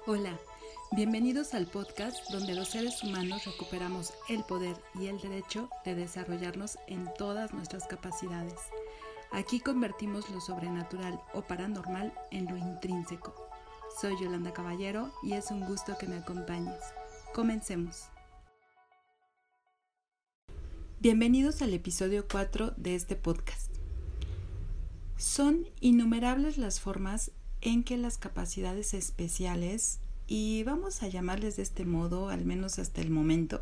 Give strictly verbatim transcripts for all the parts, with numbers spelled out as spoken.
Hola, bienvenidos al podcast donde los seres humanos recuperamos el poder y el derecho de desarrollarnos en todas nuestras capacidades. Aquí convertimos lo sobrenatural o paranormal en lo intrínseco. Soy Yolanda Caballero y es un gusto que me acompañes. Comencemos. Bienvenidos al episodio cuatro de este podcast. Son innumerables las formas en que las capacidades especiales, y vamos a llamarles de este modo, al menos hasta el momento,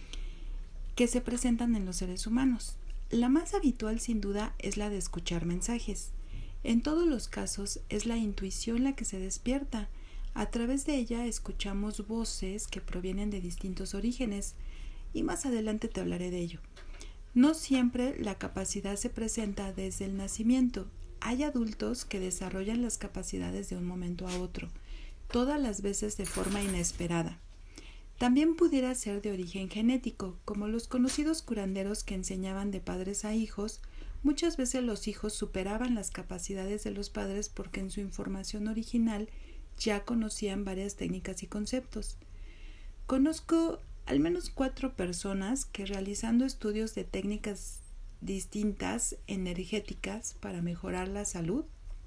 que se presentan en los seres humanos. La más habitual sin duda es la de escuchar mensajes. En todos los casos es la intuición la que se despierta. A través de ella escuchamos voces que provienen de distintos orígenes y más adelante te hablaré de ello. No siempre la capacidad se presenta desde el nacimiento. Hay adultos que desarrollan las capacidades de un momento a otro, todas las veces de forma inesperada. También pudiera ser de origen genético, como los conocidos curanderos que enseñaban de padres a hijos. Muchas veces los hijos superaban las capacidades de los padres porque en su información original ya conocían varias técnicas y conceptos. Conozco al menos cuatro personas que, realizando estudios de técnicas distintas energéticas para mejorar la salud,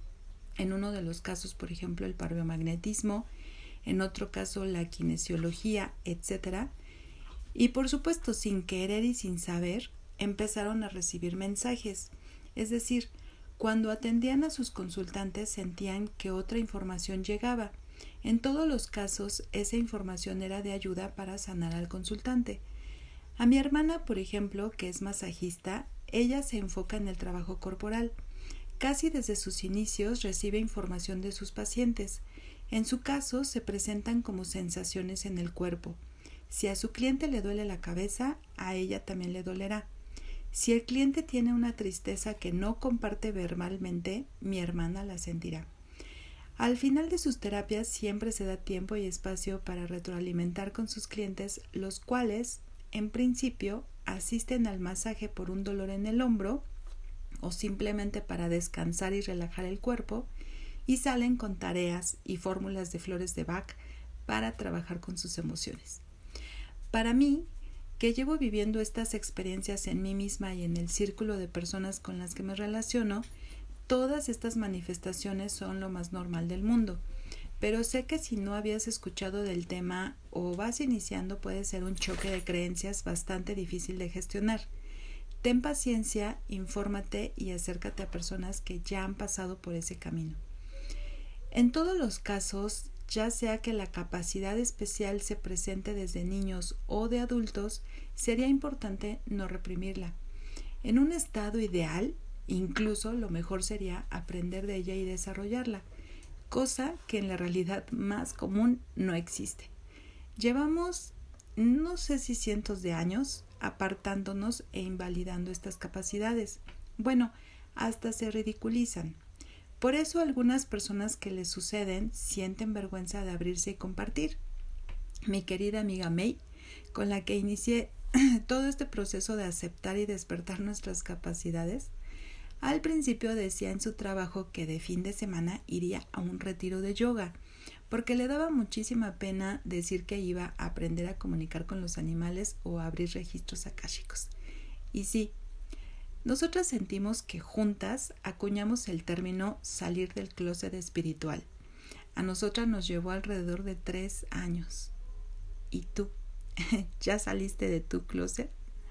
en uno de los casos, por ejemplo, el parbiomagnetismo, en otro caso la kinesiología, etcétera, y por supuesto sin querer y sin saber, empezaron a recibir mensajes, es decir, cuando atendían a sus consultantes sentían que otra información llegaba. En todos los casos, esa información era de ayuda para sanar al consultante. A mi hermana, por ejemplo, que es masajista, ella se enfoca en el trabajo corporal. Casi desde sus inicios recibe información de sus pacientes. En su caso, se presentan como sensaciones en el cuerpo. Si a su cliente le duele la cabeza, a ella también le dolerá. Si el cliente tiene una tristeza que no comparte verbalmente, mi hermana la sentirá. Al final de sus terapias siempre se da tiempo y espacio para retroalimentar con sus clientes, los cuales, en principio, asisten al masaje por un dolor en el hombro o simplemente para descansar y relajar el cuerpo, y salen con tareas y fórmulas de flores de Bach para trabajar con sus emociones. Para mí, que llevo viviendo estas experiencias en mí misma y en el círculo de personas con las que me relaciono, todas estas manifestaciones son lo más normal del mundo. Pero sé que si no habías escuchado del tema o vas iniciando puede ser un choque de creencias bastante difícil de gestionar. Ten paciencia, infórmate y acércate a personas que ya han pasado por ese camino. En todos los casos, ya sea que la capacidad especial se presente desde niños o de adultos, sería importante no reprimirla. En un estado ideal, incluso lo mejor sería aprender de ella y desarrollarla, cosa que en la realidad más común no existe. Llevamos, no sé si cientos de años, apartándonos e invalidando estas capacidades. Bueno, hasta se ridiculizan. Por eso algunas personas que les suceden sienten vergüenza de abrirse y compartir. Mi querida amiga May, con la que inicié todo este proceso de aceptar y despertar nuestras capacidades, al principio decía en su trabajo que de fin de semana iría a un retiro de yoga, porque le daba muchísima pena decir que iba a aprender a comunicar con los animales o a abrir registros akáshicos. Y sí, nosotras sentimos que juntas acuñamos el término salir del closet espiritual. A nosotras nos llevó alrededor de tres años. ¿Y tú? ¿Ya saliste de tu closet?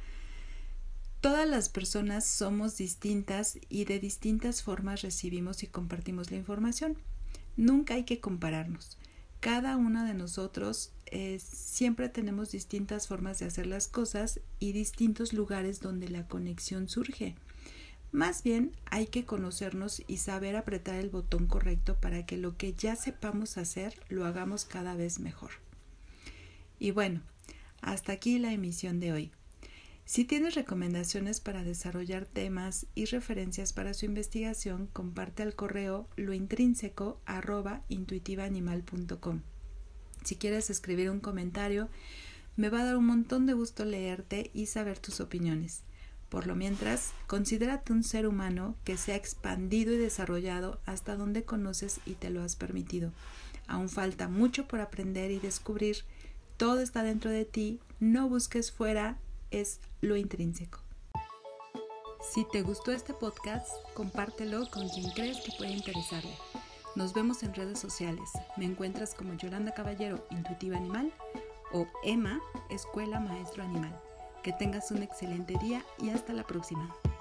Todas las personas somos distintas y de distintas formas recibimos y compartimos la información. Nunca hay que compararnos. Cada uno de nosotros eh, siempre tenemos distintas formas de hacer las cosas y distintos lugares donde la conexión surge. Más bien hay que conocernos y saber apretar el botón correcto para que lo que ya sepamos hacer lo hagamos cada vez mejor. Y bueno, hasta aquí la emisión de hoy. Si tienes recomendaciones para desarrollar temas y referencias para su investigación, comparte al correo lointrínseco arroba intuitivaanimal punto com. Si quieres escribir un comentario, me va a dar un montón de gusto leerte y saber tus opiniones. Por lo mientras, considérate un ser humano que se ha expandido y desarrollado hasta donde conoces y te lo has permitido. Aún falta mucho por aprender y descubrir. Todo está dentro de ti, no busques fuera, es lo intrínseco. Si te gustó este podcast, compártelo con quien crees que puede interesarle. Nos vemos en redes sociales. Me encuentras como Yolanda Caballero, Intuitiva Animal, o Emma, Escuela Maestro Animal. Que tengas un excelente día y hasta la próxima.